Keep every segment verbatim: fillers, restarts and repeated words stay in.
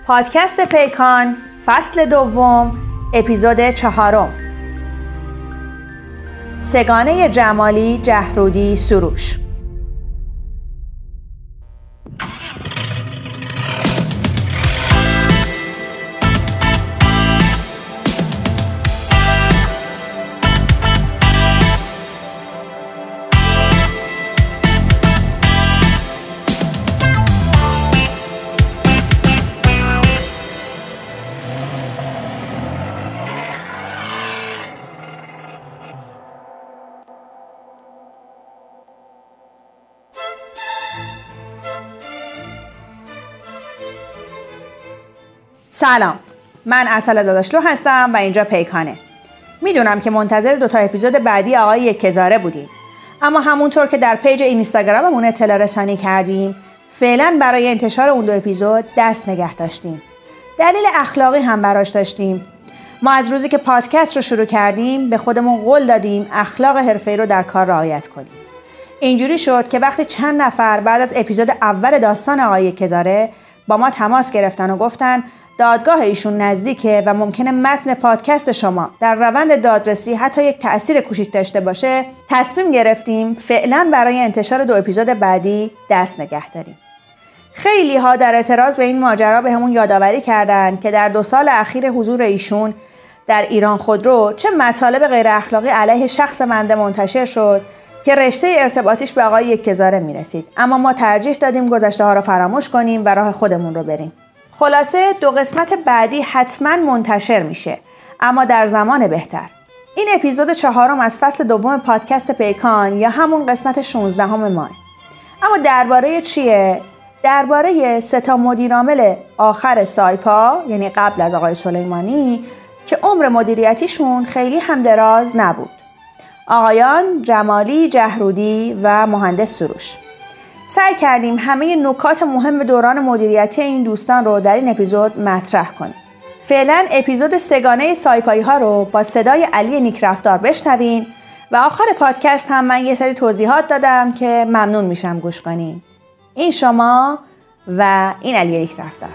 پادکست پیکان فصل دوم اپیزود چهارم. سگانه جمالی جهرودی سروش. سلام، من اصل داداشلو هستم و اینجا پیکانه. میدونم که منتظر دوتا اپیزود بعدی آقای یکهزاره بودیم، اما همونطور که در پیج اینستاگراممون اطلاع رسانی کردیم فعلا برای انتشار اون دو اپیزود دست نگه داشتیم. دلیل اخلاقی هم براش داشتیم. ما از روزی که پادکست رو شروع کردیم به خودمون قول دادیم اخلاق حرفه‌ای رو در کار رعایت کنیم. اینجوری شد که وقتی چند نفر بعد از اپیزود اول داستان آقای یکهزاره با ما تماس گرفتن و گفتن دادگاه ایشون نزدیکه و ممکنه متن پادکست شما در روند دادرسی حتی یک تأثیر کوچیک داشته باشه، تصمیم گرفتیم فعلا برای انتشار دو اپیزود بعدی دست نگه داریم. خیلی ها در اعتراض به این ماجرا به همون یادآوری کردن که در دو سال اخیر حضور ایشون در ایران خودرو چه مطالب غیر اخلاقی علیه شخص بنده منتشر شد که رشته ارتباطیش به آقای یکهزاره میرسید، اما ما ترجیح دادیم گذشته ها رو فراموش کنیم و راه خودمون رو بریم. خلاصه دو قسمت بعدی حتما منتشر میشه، اما در زمان بهتر. این اپیزود چهارم از فصل دوم پادکست پیکان یا همون قسمت شانزدهم ماه. اما درباره چیه؟ درباره سه تا مدیرعامل آخر سایپا، یعنی قبل از آقای سلیمانی، که عمر مدیریتیشون خیلی هم دراز نبود. آقایان جمالی جهرودی و مهندس سروش. سعی کردیم همه نکات مهم دوران مدیریتی این دوستان رو در این اپیزود مطرح کنیم. فعلا اپیزود سگانه سایپایی ها رو با صدای علی نیکرفتار بشنوین و آخر پادکست هم من یه سری توضیحات دادم که ممنون میشم گوش کنین. این شما و این علی نیکرفتار.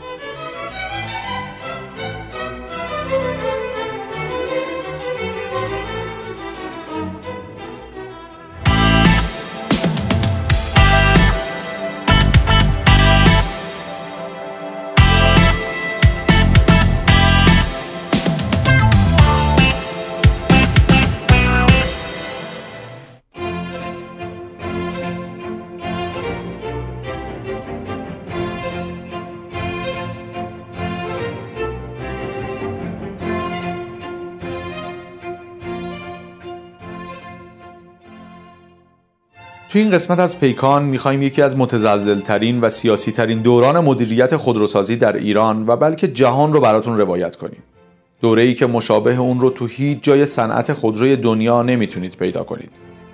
تو این قسمت از پیکان میخوایم یکی از متزلزل‌ترین و سیاسی‌ترین دوران مدیریت خودروسازی در ایران و بلکه جهان رو براتون روایت کنیم. دوره‌ای که مشابه اون رو تو هیچ جای صنعت خودروی دنیا نمیتونید پیدا کنید.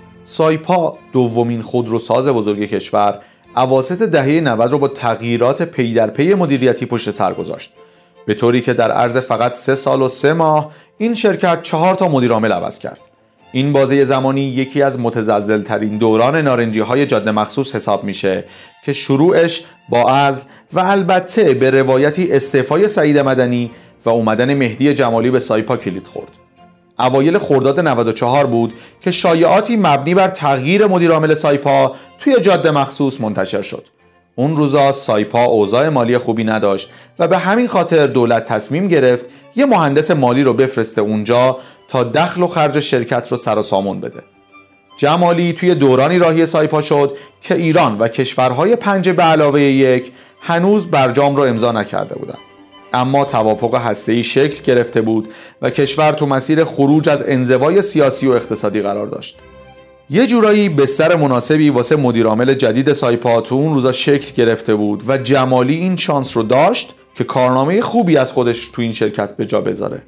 سایپا، دومین خودروساز بزرگ کشور، اواسط دهه نود رو با تغییرات پی در پی مدیریتی پشت سر گذاشت، به طوری که در عرض فقط سه سال و سه ماه این شرکت چهار تا مدیرعامل عوض کرد. این بازه زمانی یکی از متزلزل‌ترین دوران نارنجی های جاده مخصوص حساب میشه که شروعش با عزل و البته به روایتی استعفای سعید مدنی و اومدن مهدی جمالی به سایپا کلید خورد. اوایل خرداد نود و چهار بود که شایعاتی مبنی بر تغییر مدیرعامل سایپا توی جاده مخصوص منتشر شد. اون روزا سایپا اوضاع مالی خوبی نداشت و به همین خاطر دولت تصمیم گرفت یه مهندس مالی رو بفرسته اونجا تا دخل و خرج شرکت رو سر و سامون بده. جمالی توی دورانی راهی سایپا شد که ایران و کشورهای پنج به علاوه یک هنوز برجام رو امضا نکرده بودن، اما توافق هسته‌ای شکل گرفته بود و کشور تو مسیر خروج از انزوای سیاسی و اقتصادی قرار داشت. یه جورایی بستر مناسبی واسه مدیرعامل جدید سایپا تو اون روزا شکل گرفته بود و جمالی این شانس رو داشت که کارنامه خوبی از خودش تو این شرکت به جا بذاره.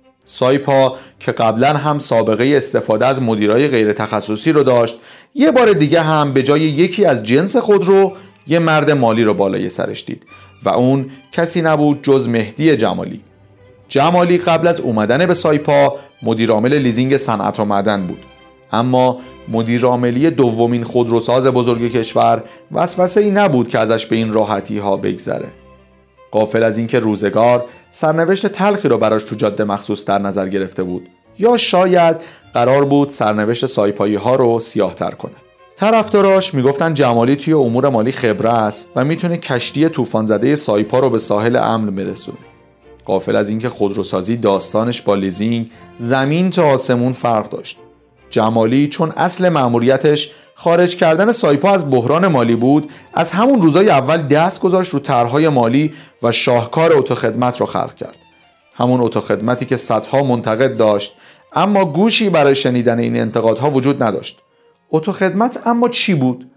سایپا که قبلا هم سابقه استفاده از مدیرای غیر تخصصی رو داشت، یه بار دیگه هم به جای یکی از جنس خود رو یه مرد مالی رو بالای سرش دید و اون کسی نبود جز مهدی جمالی. جمالی قبل از اومدن به سایپا مدیرعامل لیزینگ صنعت و معدن بود، اما مدیرعاملی دومین خودروساز بزرگ کشور وسوسه‌ای نبود که ازش به این راحتی ها بگذره. غافل از اینکه روزگار سرنوشت تلخی رو براش تو جاده مخصوص در نظر گرفته بود، یا شاید قرار بود سرنوشت سایپایی ها رو سیاه‌تر کنه. طرفداراش میگفتن جمالی توی امور مالی خبره است و میتونه کشتی طوفان زده سایپا رو به ساحل امن برسونه. غافل از اینکه خودروسازی داستانش با لیزینگ زمین تا آسمون فرق داشت. جمالی چون اصل مأموریتش خارج کردن سایپا از بحران مالی بود، از همون روزای اول دست گذاشت رو طرح‌های مالی و شاهکار اتوخدمت رو خلق کرد. همون اتوخدمتی که صدها منتقد داشت، اما گوشی برای شنیدن این انتقادها وجود نداشت. اتوخدمت اما چی بود؟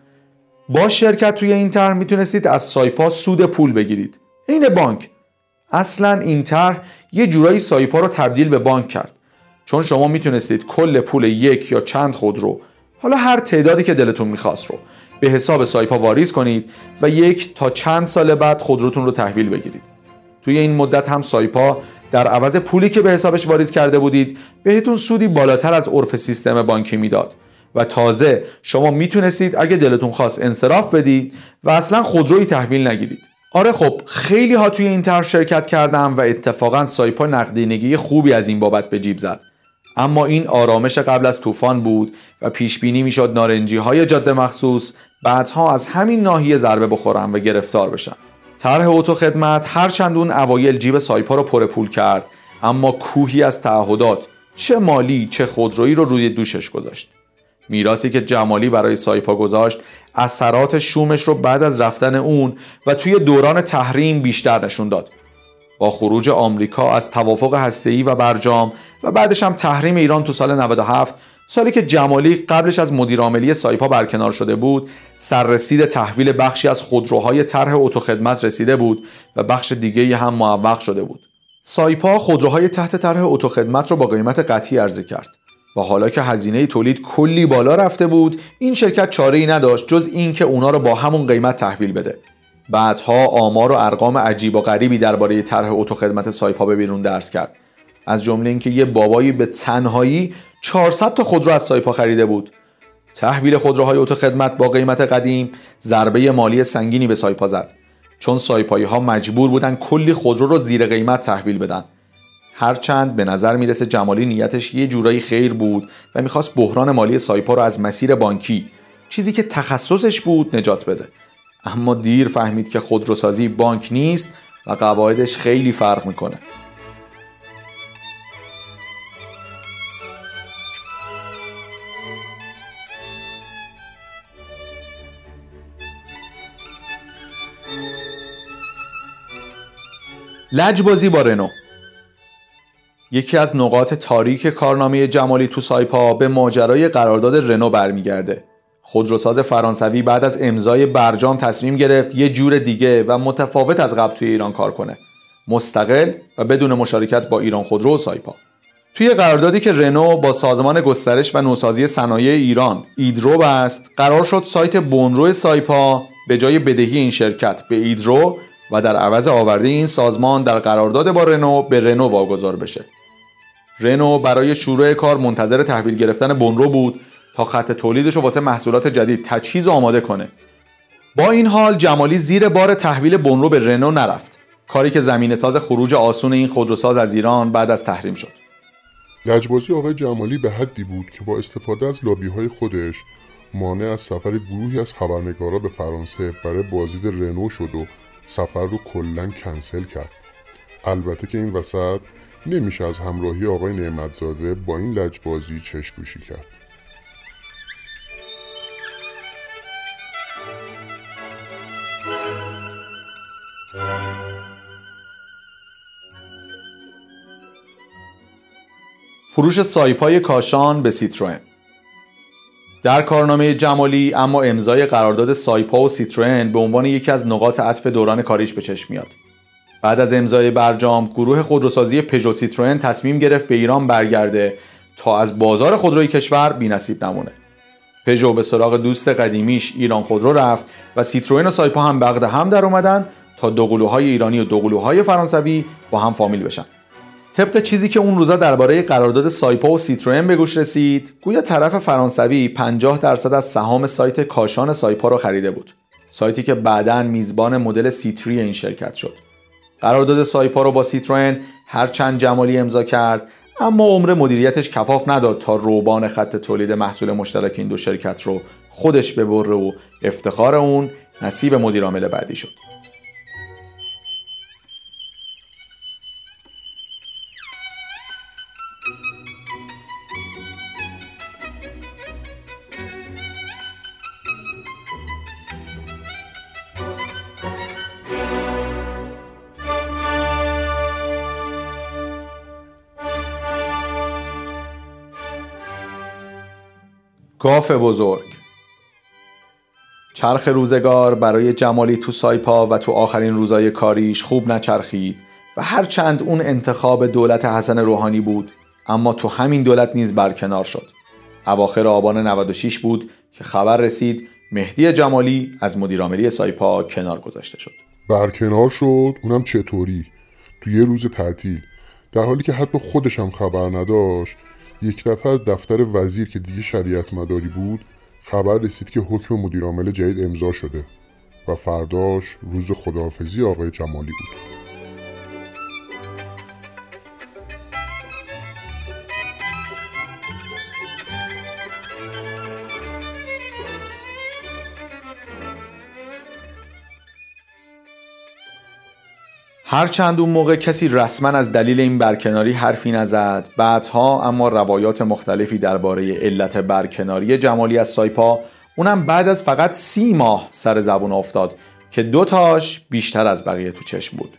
با شرکت توی این طرح میتونستید از سایپا سود پول بگیرید، عین بانک. اصلا این طرح یه جورایی سایپا رو تبدیل به بانک کرد، چون شما میتونستید کل پول یک یا چند خودرو، حالا هر تعدادی که دلتون میخواست رو به حساب سایپا واریز کنید و یک تا چند سال بعد خودروتون رو تحویل بگیرید. توی این مدت هم سایپا در عوض پولی که به حسابش واریز کرده بودید بهتون سودی بالاتر از عرف سیستم بانکی میداد و تازه شما میتونستید اگه دلتون خواست انصراف بدید و اصلا خودرویی تحویل نگیرید. آره خب خیلی ها توی این طرح شرکت کردن و اتفاقا سایپا نقدینگی خوبی از این بابت به جیب زد. اما این آرامش قبل از طوفان بود و پیش بینی میشد نارنجی های جاده مخصوص بعدها از همین ناحیه ضربه بخورن و گرفتار بشن. طرح اتوخدمت هر چندون اوایل جیب سایپا رو پر پول کرد، اما کوهی از تعهدات چه مالی چه خودرویی رو روی دوشش گذاشت. میراثی که جمالی برای سایپا گذاشت اثرات شومش رو بعد از رفتن اون و توی دوران تحریم بیشتر نشون داد. با خروج آمریکا از توافق هسته‌ای و برجام و بعدش هم تحریم ایران تو سال نود و هفت، سالی که جمالی قبلش از مدیر عاملی سایپا برکنار شده بود، سررسید تحویل بخشی از خودروهای طرح اتوخدمت رسیده بود و بخش دیگه هم معوق شده بود. سایپا خودروهای تحت طرح اتوخدمت رو با قیمت قطعی عرضه کرد و حالا که هزینه تولید کلی بالا رفته بود، این شرکت چاره‌ای نداشت جز این که اونا رو با همون قیمت تحویل بده. بعدها آمار و ارقام عجیب و غریبی درباره طرح اتوخدمت سایپا به بیرون درس کرد. از جمله اینکه یه بابایی به تنهایی چهارصد تا خودرو از سایپا خریده بود. تحویل خودروهای اتوخدمت با قیمت قدیم ضربه مالی سنگینی به سایپا زد، چون سایپایی‌ها مجبور بودن کلی خودرو رو زیر قیمت تحویل بدن. هرچند به نظر میرسه جمالی نیتش یه جورایی خیر بود و میخواست بحران مالی سایپا رو از مسیر بانکی، چیزی که تخصصش بود، نجات بده. اما دیر فهمید که خودروسازی بانک نیست و قواعدش خیلی فرق میکنه. لجبازی با رنو. یکی از نقاط تاریک کارنامه جمالی تو سایپا به ماجرای قرارداد رنو برمیگرده. خودروساز فرانسوی بعد از امضای برجام تصمیم گرفت یه جور دیگه و متفاوت از قبل توی ایران کار کنه، مستقل و بدون مشارکت با ایران خودرو و سایپا. توی قراردادی که رنو با سازمان گسترش و نوسازی صنایع ایران ایدرو بست، قرار شد سایت بونرو سایپا به جای بدهی این شرکت به ایدرو و در عوض آورده این سازمان در قرارداد با رنو به رنو واگذار بشه. رنو برای شروع کار منتظر تحویل گرفتن بونرو بود تا خط تولیدش رو واسه محصولات جدید تجهیز و آماده کنه. با این حال جمالی زیر بار تحویل بونرو به رنو نرفت، کاری که زمینه ساز خروج آسون این خودروساز از ایران بعد از تحریم شد. لجبازی آقای جمالی به حدی بود که با استفاده از لابی‌های خودش مانع از سفر گروهی از خبرنگارا به فرانسه برای بازدید رنو شد و سفر رو کلاً کنسل کرد. البته که این وسط نمیشه از همراهی آقای نعمتزاده با این لجبازی چشم‌پوشی کرد. فروش سایپای کاشان به سیتروئن. در کارنامه جمالی اما امضای قرارداد سایپا و سیتروئن به عنوان یکی از نقاط عطف دوران کاریش به چشم میاد. بعد از امضای برجام، گروه خودروسازی پژو سیتروئن تصمیم گرفت به ایران برگرده تا از بازار خودروی کشور بی‌نصیب نمونه. پژو به سراغ دوست قدیمیش ایران خودرو رفت و سیتروئن و سایپا هم بغد هم در اومدن تا دوقلوهای ایرانی و دوقلوهای فرانسوی با هم فامیل بشن. طبق چیزی که اون روزا درباره قرارداد سایپا و سیتروئن به گوش رسید، گویا طرف فرانسوی پنجاه درصد از سهام سایت کاشان سایپا رو خریده بود. سایتی که بعداً میزبان مدل سی تری این شرکت شد. قرارداد سایپا رو با سیتروئن هرچند جمالی امضا کرد، اما عمر مدیریتش کفاف نداد تا روبان خط تولید محصول مشترک این دو شرکت رو خودش ببره و افتخار اون نصیب مدیر عامل بعدی شد. گاف بزرگ. چرخ روزگار برای جمالی تو سایپا و تو آخرین روزای کاریش خوب نچرخید و هرچند اون انتخاب دولت حسن روحانی بود، اما تو همین دولت نیز برکنار شد. اواخر آبان نود و شش بود که خبر رسید مهدی جمالی از مدیرعاملی سایپا کنار گذاشته شد. برکنار شد؟ اونم چطوری؟ تو یه روز تعطیل، در حالی که حتی خودش هم خبر نداشت. یک دفعه از دفتر وزیر که دیگه شریعت مداری بود خبر رسید که حکم مدیرعامل جدید امضا شده و فرداش روز خداحافظی آقای جمالی بود. هرچند اون موقع کسی رسما از دلیل این برکناری حرفی نزد، بعدها اما روایات مختلفی درباره علت برکناری جمالی از سایپا، اونم بعد از فقط سی ماه سر زبون افتاد که دو تاش بیشتر از بقیه تو چشم بود.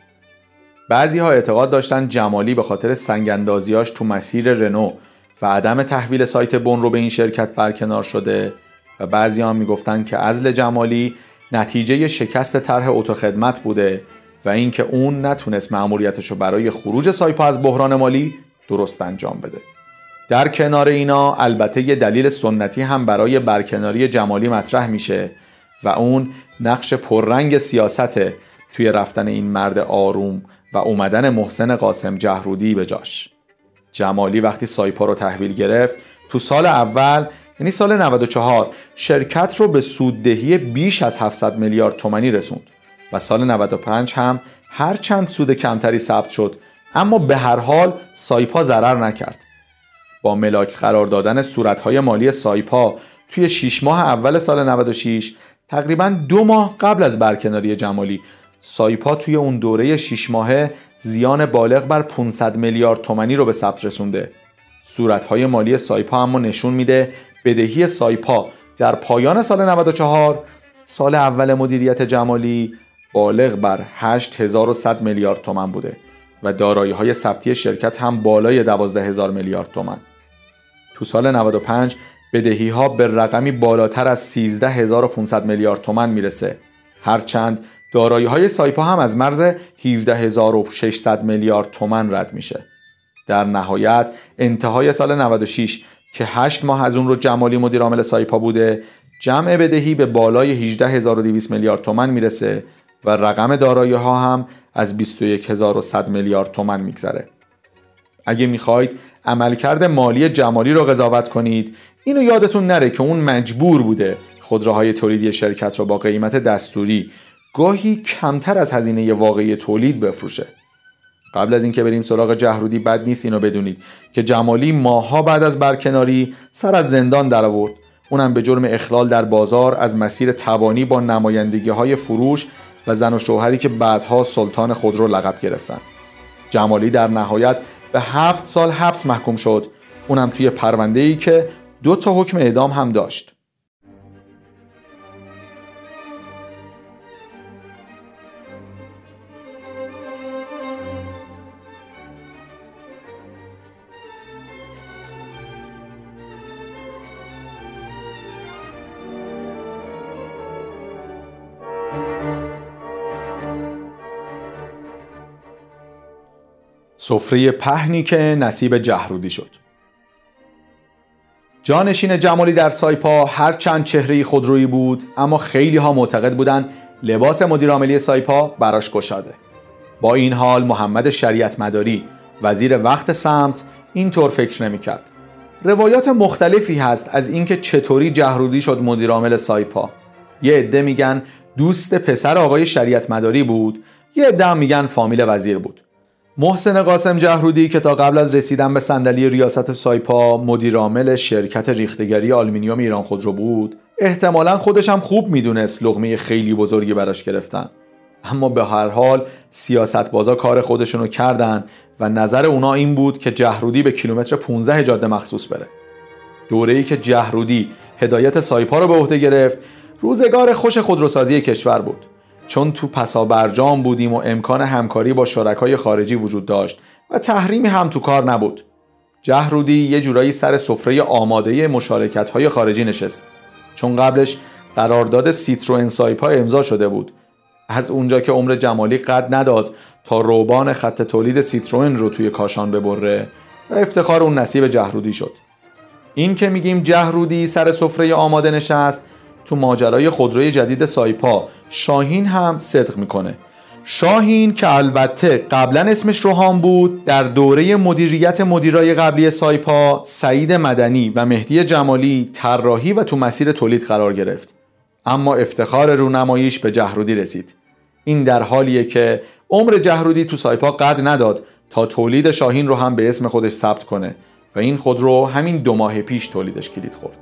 بعضی ها اعتقاد داشتن جمالی به خاطر سنگ‌اندازیاش تو مسیر رنو و عدم تحویل سایت بون رو به این شرکت برکنار شده و بعضی ها میگفتن که عزل جمالی نتیجه شکست طرح اتوخدمت بوده و اینکه اون نتونست مأموریتش رو برای خروج سایپا از بحران مالی درست انجام بده. در کنار اینا البته یه دلیل سنتی هم برای برکناری جمالی مطرح میشه و اون نقش پررنگ سیاسته توی رفتن این مرد آروم و اومدن محسن قاسم جهرودی به جاش. جمالی وقتی سایپا رو تحویل گرفت تو سال اول، یعنی سال نود و چهار، شرکت رو به سوددهی بیش از هفتصد میلیارد تومانی رسوند و سال نود و پنج هم هر چند سود کمتری ثبت شد، اما به هر حال سایپا ضرر نکرد. با ملاک قرار دادن صورتهای مالی سایپا توی شش ماه اول سال نود و شش، تقریباً دو ماه قبل از برکناری جمالی، سایپا توی اون دوره شش ماهه زیان بالغ بر پانصد میلیارد تومانی رو به ثبت رسونده. صورتهای مالی سایپا اما نشون میده بدهی سایپا در پایان سال نود و چهار، سال اول مدیریت جمالی، بالغ بر هشت هزار و صد میلیارد تومان بوده و دارایی‌های ثبتی شرکت هم بالای دوازده هزار میلیارد تومان. تو سال نود و پنج بدهی‌ها به رقمی بالاتر از سیزده هزار و پانصد میلیارد تومان میرسه، هرچند دارایی‌های سایپا هم از مرز هفده هزار و ششصد میلیارد تومان رد میشه. در نهایت انتهای سال نود و شش که هشت ماه از اون رو جمالی مدیر عامل سایپا بوده، جمع بدهی به بالای هجده هزار و دویست میلیارد تومان میرسه و رقم دارایی ها هم از بیست و یک هزار و صد میلیارد تومان میگذره. اگه میخواید عملکرد مالی جمالی رو قضاوت کنید، اینو یادتون نره که اون مجبور بوده خودروهای تولیدی شرکت رو با قیمت دستوری گاهی کمتر از هزینه واقعی تولید بفروشه. قبل از اینکه بریم سراغ جهرودی، بد نیست اینو بدونید که جمالی ماه‌ها بعد از برکناری سر از زندان درآورد، اونم به جرم اخلال در بازار از مسیر تبانی با نمایندگی‌های فروش و زن و شوهری که بعدها سلطان خودرو لقب گرفتن. جمالی در نهایت به هفت سال حبس محکوم شد، اونم توی پرونده‌ای که دو تا حکم اعدام هم داشت. سفره پهنی که نصیب جهرودی شد. جانشین جمالی در سایپا هر چند چهره خودرویی بود، اما خیلی ها معتقد بودند لباس مدیر عاملی سایپا براش گشاده. با این حال محمد شریعت مداری وزیر وقت سمت اینطور فکر نمی کرد. روایات مختلفی هست از اینکه چطوری جهرودی شد مدیر عامل سایپا. یه عده میگن دوست پسر آقای شریعت مداری بود یه عده میگن فامیل وزیر بود. محسن قاسم جهرودی که تا قبل از رسیدن به صندلی ریاست سایپا مدیر عامل شرکت ریختگری آلومینیوم ایران خودرو بود، احتمالاً خودش هم خوب میدونست لقمه خیلی بزرگی براش گرفتن. اما به هر حال سیاست‌بازا کار خودشونو کردن و نظر اونا این بود که جهرودی به کیلومتر پانزده جاده مخصوص بره. دوره‌ای که جهرودی هدایت سایپا رو به عهده گرفت، روزگار خوش خودروسازی کشور بود. چون تو پسا برجام بودیم و امکان همکاری با شرکای خارجی وجود داشت و تحریمی هم تو کار نبود. جهرودی یه جورایی سر سفره آماده مشارکت‌های خارجی نشست. چون قبلش قرارداد سیتروئن سایپا امضا شده بود. از اونجا که عمر جمالی قد نداد تا روبان خط تولید سیتروئن رو توی کاشان ببره و افتخار اون نصیب جهرودی شد. این که میگیم جهرودی سر سفره آماده نشست، تو ماجرای خودروی جدید سایپا شاهین هم صدق میکنه. شاهین که البته قبلا اسمش روحان بود، در دوره مدیریت مدیرای قبلی سایپا سعید مدنی و مهدی جمالی طراحی و تو مسیر تولید قرار گرفت. اما افتخار رونماییش به جهرودی رسید. این در حالیه که عمر جهرودی تو سایپا قد نداد تا تولید شاهین رو هم به اسم خودش ثبت کنه و این خودرو همین دو ماه پیش تولیدش کلید خورد.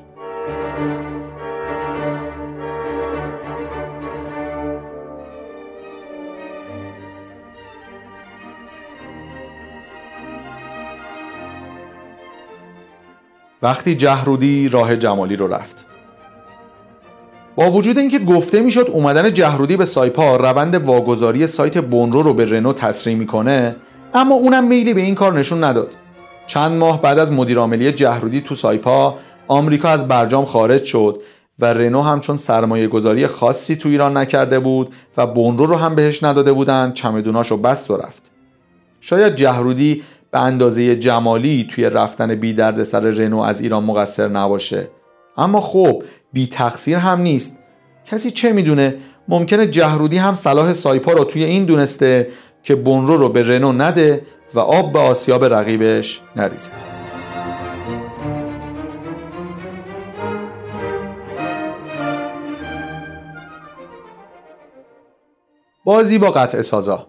وقتی جهرودی راه جمالی رو رفت، با وجود اینکه گفته میشد اومدن جهرودی به سایپا روند واگذاری سایت بونرو رو به رنو تسریع میکنه، اما اونم میلی به این کار نشون نداد. چند ماه بعد از مدیرعاملی جهرودی تو سایپا، آمریکا از برجام خارج شد و رنو هم چون سرمایه گذاری خاصی تو ایران نکرده بود و بونرو رو هم بهش نداده بودن، چمدوناشو بست و رفت. شاید جهرودی به اندازه جمالی توی رفتن بی درد سر رنو از ایران مقصر نباشه، اما خب بی تقصیر هم نیست. کسی چه میدونه، ممکنه جهرودی هم صلاح سایپا رو توی این دونسته که بونرو رو به رنو نده و آب به آسیاب رقیبش نریزه. بازی با قطع سازا.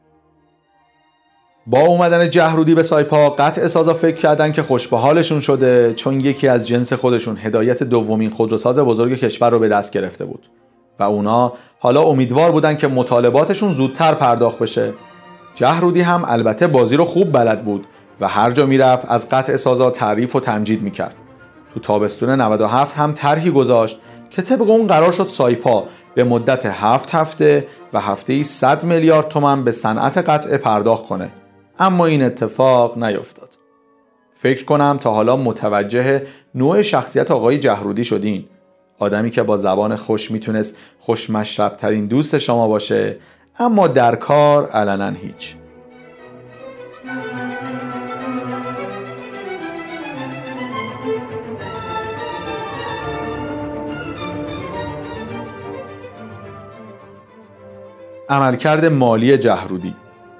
با اومدن جهرودی به سایپا، قطع سازا فکر کردن که خوش به حالشون شده، چون یکی از جنس خودشون هدایت دومین خودروساز بزرگ کشور رو به دست گرفته بود و اونا حالا امیدوار بودن که مطالباتشون زودتر پرداخت بشه. جهرودی هم البته بازی رو خوب بلد بود و هر جا میرفت از قطع سازا تعریف و تمجید میکرد. تو تابستون نود و هفت هم طرحی گذاشت که طبق اون قرار شد سایپا به مدت هفت هفته و هفته‌ای صد میلیارد تومان به صنعت قطع پرداخت کنه. اما این اتفاق نیفتاد. فکر کنم تا حالا متوجه نوع شخصیت آقای جهرودی شدین. آدمی که با زبان خوش میتونست خوشمشرب ترین دوست شما باشه، اما در کار علنا هیچ. عملکرد مالی جهرودی.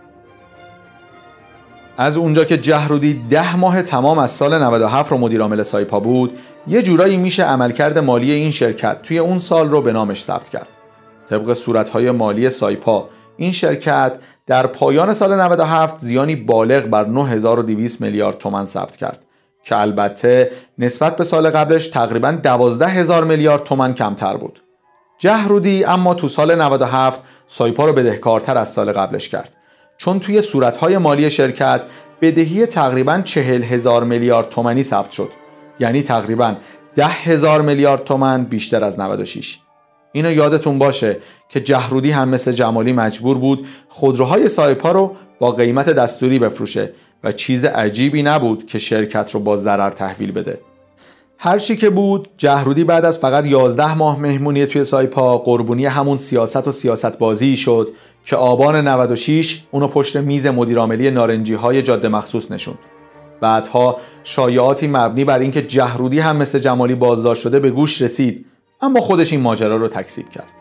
از اونجا که جهرودی ده ماه تمام از سال نود و هفت رو مدیر عامل سایپا بود، یه جورایی میشه عملکرد مالی این شرکت توی اون سال رو به نامش ثبت کرد. طبق صورت‌های مالی سایپا، این شرکت در پایان سال نود و هفت زیانی بالغ بر نه هزار و دویست میلیارد تومان ثبت کرد که البته نسبت به سال قبلش تقریباً دوازده هزار میلیارد تومان کمتر بود. جهرودی اما تو سال نود و هفت سایپا رو بدهکارتر از سال قبلش کرد، چون توی صورت‌های مالی شرکت بدهی تقریباً چهل هزار میلیارد تومانی ثبت شد، یعنی تقریباً ده هزار میلیارد تومان بیشتر از نود و شش. اینو یادتون باشه که جهرودی هم مثل جمالی مجبور بود خودروهای سایپا رو با قیمت دستوری بفروشه و چیز عجیبی نبود که شرکت رو با ضرر تحویل بده. هر چی که بود، جهرودی بعد از فقط یازده ماه مهمونی توی سایپا قربونی همون سیاست و سیاست بازی شد که آبان نود و شش اونو پشت میز مدیرعاملی نارنجی های جاده مخصوص نشوند. بعدها شایعاتی مبنی بر اینکه جهرودی هم مثل جمالی بازداشت شده به گوش رسید، اما خودش این ماجرا رو تکذیب کرد.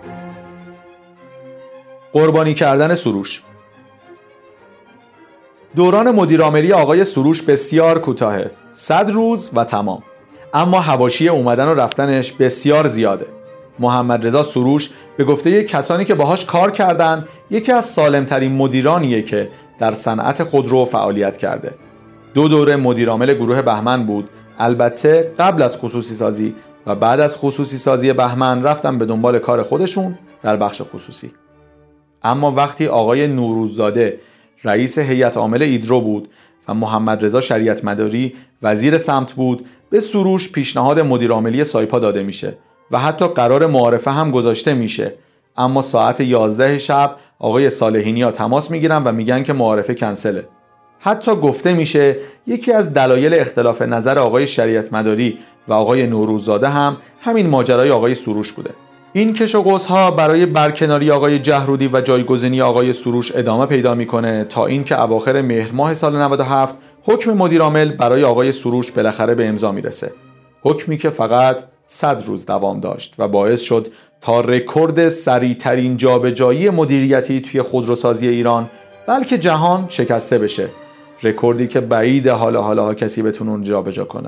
قربانی کردن سروش. دوران مدیرعاملی آقای سروش بسیار کوتاهه، صد روز و تمام. اما حواشی اومدن و رفتنش بسیار زیاده. محمد رضا سروش به گفته کسانی که باهاش کار کردن یکی از سالمترین مدیرانیه که در صنعت خودرو فعالیت کرده. دو دوره مدیرعامل گروه بهمن بود. البته قبل از خصوصی سازی و بعد از خصوصی سازی بهمن رفتن به دنبال کار خودشون در بخش خصوصی. اما وقتی آقای نوروززاده رئیس هیئت عامل ایدرو بود و محمد رضا شریعت مداری وزیر سمت بود، به سروش پیشنهاد مدیرعاملی سایپا داده میشه و حتی قرار معارفه هم گذاشته میشه. اما ساعت یازده شب آقای صالحینیا تماس میگیرن و میگن که معارفه کنسله. حتی گفته میشه یکی از دلایل اختلاف نظر آقای شریعت مداری و آقای نوروززاده هم همین ماجرای آقای سروش بوده. این کش و قوس‌ها برای برکناری آقای جهرودی و جایگزینی آقای سروش ادامه پیدا میکنه تا اینکه اواخر مهر ماه سال نود و هفت حکم مدیرعامل برای آقای سروش بالاخره به امضا میرسه. حکمی که فقط صد روز دوام داشت و باعث شد تا رکورد سریع‌ترین جابجایی مدیریتی توی خودروسازی ایران بلکه جهان شکسته بشه. رکوردی که بعید حالا حالا کسی بتونه اون جابجا کنه.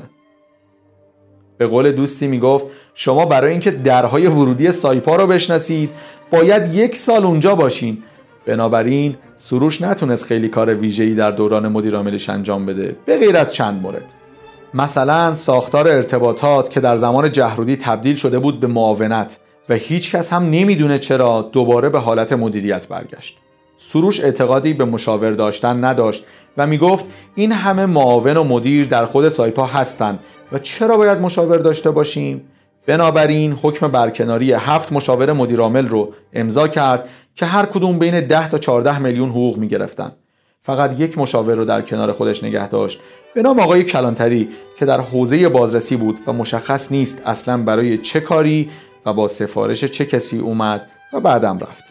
به قول دوستی میگفت شما برای اینکه درهای ورودی سایپا رو بشناسید باید یک سال اونجا باشین. بنابراین سروش نتونست خیلی کار ویژه‌ای در دوران مدیرعاملیش انجام بده به غیر از چند مورد. مثلا ساختار ارتباطات که در زمان جهرودی تبدیل شده بود به معاونت و هیچ کس هم نمیدونه چرا دوباره به حالت مدیریت برگشت. سروش اعتقادی به مشاور داشتن نداشت و میگفت این همه معاون و مدیر در خود سایپا هستن و چرا باید مشاور داشته باشیم؟ بنابراین حکم برکناری هفت مشاور مدیرعامل رو امضا کرد که هر کدوم بین ده تا چهارده میلیون حقوق میگرفتن. فقط یک مشاور رو در کنار خودش نگه داشت به نام آقای کلانتری که در حوزه بازرسی بود و مشخص نیست اصلا برای چه کاری و با سفارش چه کسی اومد و بعدم رفت.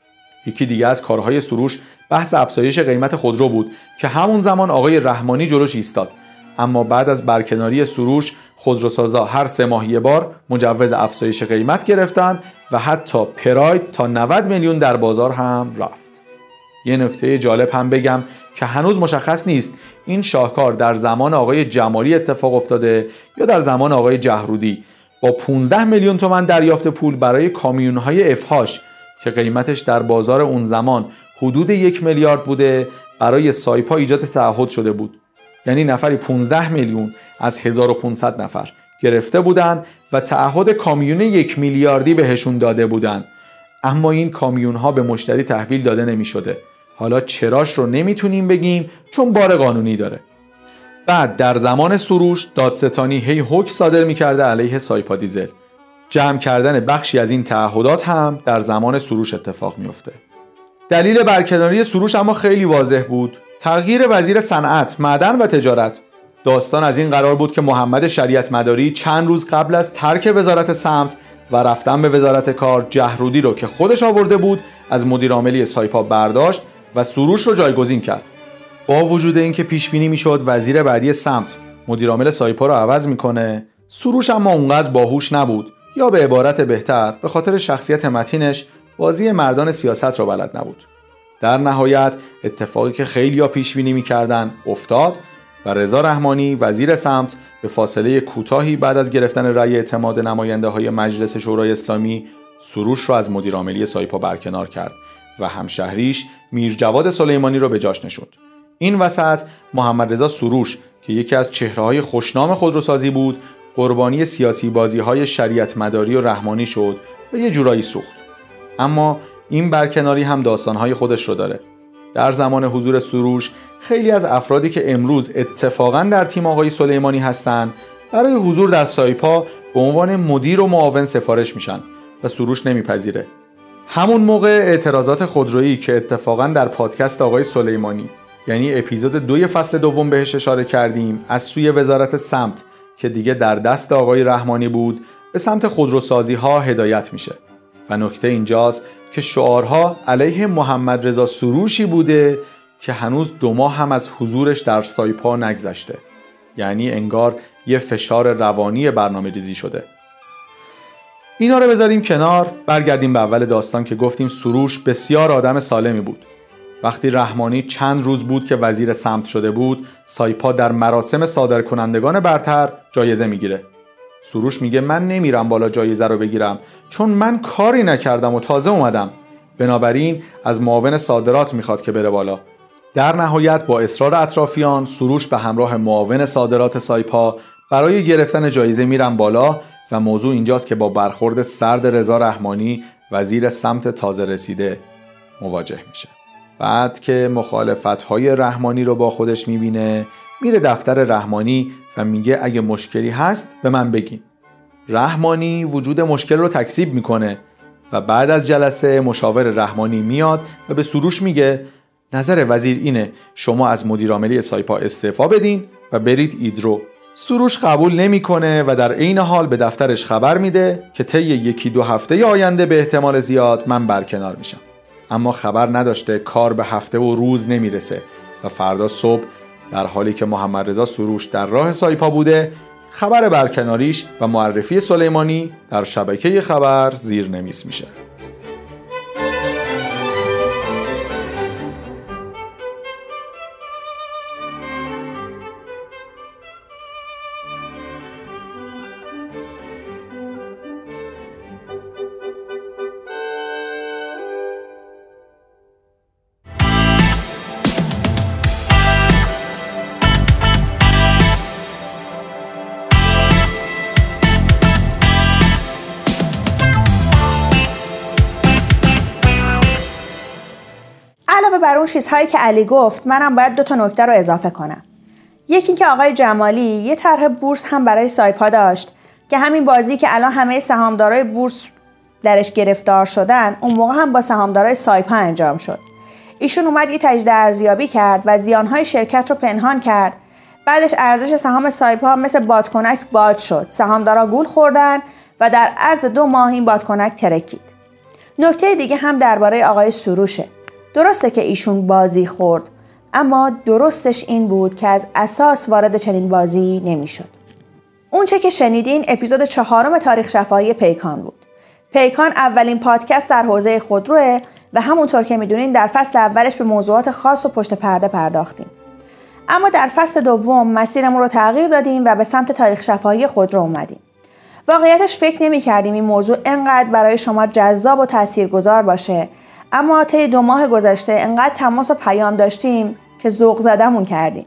یکی دیگه از کارهای سروش بحث افزایش قیمت خودرو بود که همون زمان آقای رحمانی جلوش ایستاد. اما بعد از برکناری سروش خودروسازا هر سه ماه یک بار مجوز افزایش قیمت گرفتن و حتی پراید تا نود میلیون در بازار هم رفت. یه نکته جالب هم بگم که هنوز مشخص نیست این شاهکار در زمان آقای جمالی اتفاق افتاده یا در زمان آقای جهرودی. با پانزده میلیون تومان دریافت پول برای کامیون‌های افهاش که قیمتش در بازار اون زمان حدود یک میلیارد بوده برای سایپا ایجاد تعهد شده بود. یعنی نفری پانزده میلیون از هزار و پانصد نفر گرفته بودن و تعهد کامیون یک میلیاردی بهشون داده بودن. اما این کامیون ها به مشتری تحویل داده نمی شده. حالا چراش رو نمیتونیم بگیم چون بار قانونی داره. بعد در زمان سروش دادستانی هی حکم صادر میکرده علیه سایپا دیزل. جمع کردن بخشی از این تعهدات هم در زمان سروش اتفاق میفته. دلیل برکناری سروش اما خیلی واضح بود. تغییر وزیر صنعت، معدن و تجارت. داستان از این قرار بود که محمد شریعت مداری چند روز قبل از ترک وزارت سمت و رفتن به وزارت کار جهرودی رو که خودش آورده بود از مدیرعاملی سایپا برداشت و سروش رو جایگزین کرد. با وجود اینکه پیش بینی میشد وزیر بعدی سمت مدیرعامل سایپا رو عوض میکنه، سروش اما اونقدر باهوش نبود یا به عبارت بهتر به خاطر شخصیت متینش بازی مردان سیاست رو بلد نبود. در نهایت اتفاقی که خیلی‌ها پیش بینی می‌کردن افتاد و رضا رحمانی وزیر سمت به فاصله کوتاهی بعد از گرفتن رأی اعتماد نماینده‌های مجلس شورای اسلامی سروش رو از مدیرعاملی سایپا برکنار کرد و همشهریش میرجواد سلیمانی رو به جاش نشوند. این وسط محمد رضا سروش که یکی از چهره‌های خوشنام خودروسازی بود، قربانی سیاسی بازی‌های شریعت مداری و رحمانی شد و یه جورایی سوخت. اما این برکناری هم داستان‌های خودش رو داره. در زمان حضور سروش خیلی از افرادی که امروز اتفاقاً در تیم آقای سلیمانی هستن برای حضور در سایپا به عنوان مدیر و معاون سفارش میشن و سروش نمیپذیره. همون موقع اعتراضات خودرویی که اتفاقاً در پادکست آقای سلیمانی یعنی اپیزود دوی فصل دوم بهش اشاره کردیم از سوی وزارت سمت که دیگه در دست آقای رحمانی بود به سمت خودروسازی ها هدایت میشه. و نکته اینجاست که شعارها علیه محمد رضا سروشی بوده که هنوز دو ماه هم از حضورش در سایپا نگذشته. یعنی انگار یه فشار روانی برنامه ریزی شده. اینا رو بذاریم کنار، برگردیم به اول داستان که گفتیم سروش بسیار آدم سالمی بود. وقتی رحمانی چند روز بود که وزیر سمت شده بود، سایپا در مراسم صادرکنندگان برتر جایزه میگیره. سروش میگه من نمیرم بالا جایزه رو بگیرم چون من کاری نکردم و تازه اومدم. بنابراین از معاون صادرات میخواد که بره بالا. در نهایت با اصرار اطرافیان، سروش به همراه معاون صادرات سایپا برای گرفتن جایزه میرن بالا و موضوع اینجاست که با برخورد سرد رضا رحمانی وزیر سمت تازه رسیده مواجه میشه. بعد که مخالفت‌های رحمانی رو با خودش میبینه، میره دفتر رحمانی و میگه اگه مشکلی هست به من بگین. رحمانی وجود مشکل رو تکذیب میکنه و بعد از جلسه مشاور رحمانی میاد و به سروش میگه نظر وزیر اینه شما از مدیر عاملی سایپا استعفا بدین و برید ایدرو. سروش قبول نمیکنه و در عین حال به دفترش خبر میده که طی یکی دو هفته آینده به احتمال زیاد من برکنار میشم. اما خبر نداشته کار به هفته و روز نمیرسه و فردا صبح در حالی که محمد رضا سروش در راه سایپا بوده، خبر برکناریش و معرفی سلیمانی در شبکه خبر زیرنویس میشه. بر اون چیزهایی که علی گفت، منم باید دو تا نکته رو اضافه کنم. یکی این که آقای جمالی یه طرح بورس هم برای سایپا داشت که همین بازی که الان همه سهامدارای بورس درش گرفتار شدن، اون موقع هم با سهامدارای سایپا انجام شد. ایشون اومد یه تجدید ارزیابی کرد و زیانهای شرکت رو پنهان کرد. بعدش ارزش سهام سایپا مثل بادکنک باد شد. سهامدارا گول خوردن و در عرض دو ماه این بادکنک ترکید. نکته دیگه هم درباره آقای سروشه. درسته که ایشون بازی خورد، اما درستش این بود که از اساس وارد چنین بازی نمیشد. اون چه که شنیدین اپیزود چهارم تاریخ شفاهی پیکان بود. پیکان اولین پادکست در حوزه خودروه و همونطور که میدونین در فصل اولش به موضوعات خاص و پشت پرده پرداختیم. اما در فصل دوم مسیرمون رو تغییر دادیم و به سمت تاریخ شفاهی خودرو اومدیم. واقعیتش فکر نمی کردیم این موضوع انقدر برای شما جذاب و تاثیرگذار باشه، اما طی دو ماه گذشته انقدر تماس و پیام داشتیم که ذوق زدمون کردیم.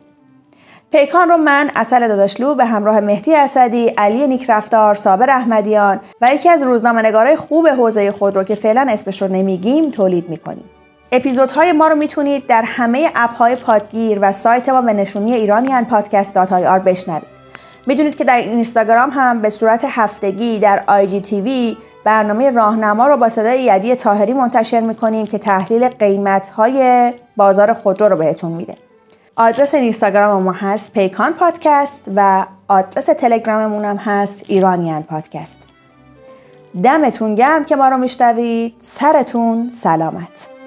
پیکان رو من عسل داداشلو به همراه مهدی اسدی، علی نیکرفتار، صابر احمدیان و یکی از روزنامه‌نگارای خوب حوزه خودرو که فعلا اسمش رو نمیگیم تولید میکنیم. اپیزودهای ما رو میتونید در همه اپ‌های پادگیر و سایت ما به نشونی ایرانیان پادکست دات آی آر بشنوید. میدونید که در اینستاگرام هم به صورت هفتگی در آی جی تی وی برنامه راهنما رو با صدای یدی طاهری منتشر میکنیم که تحلیل قیمت‌های بازار خودرو رو بهتون میده. آدرس اینستاگرام ما هست پیکان پادکست و آدرس تلگراممون هم هست ایرانیان پادکست. دمتون گرم که ما رو میشنوید. سرتون سلامت.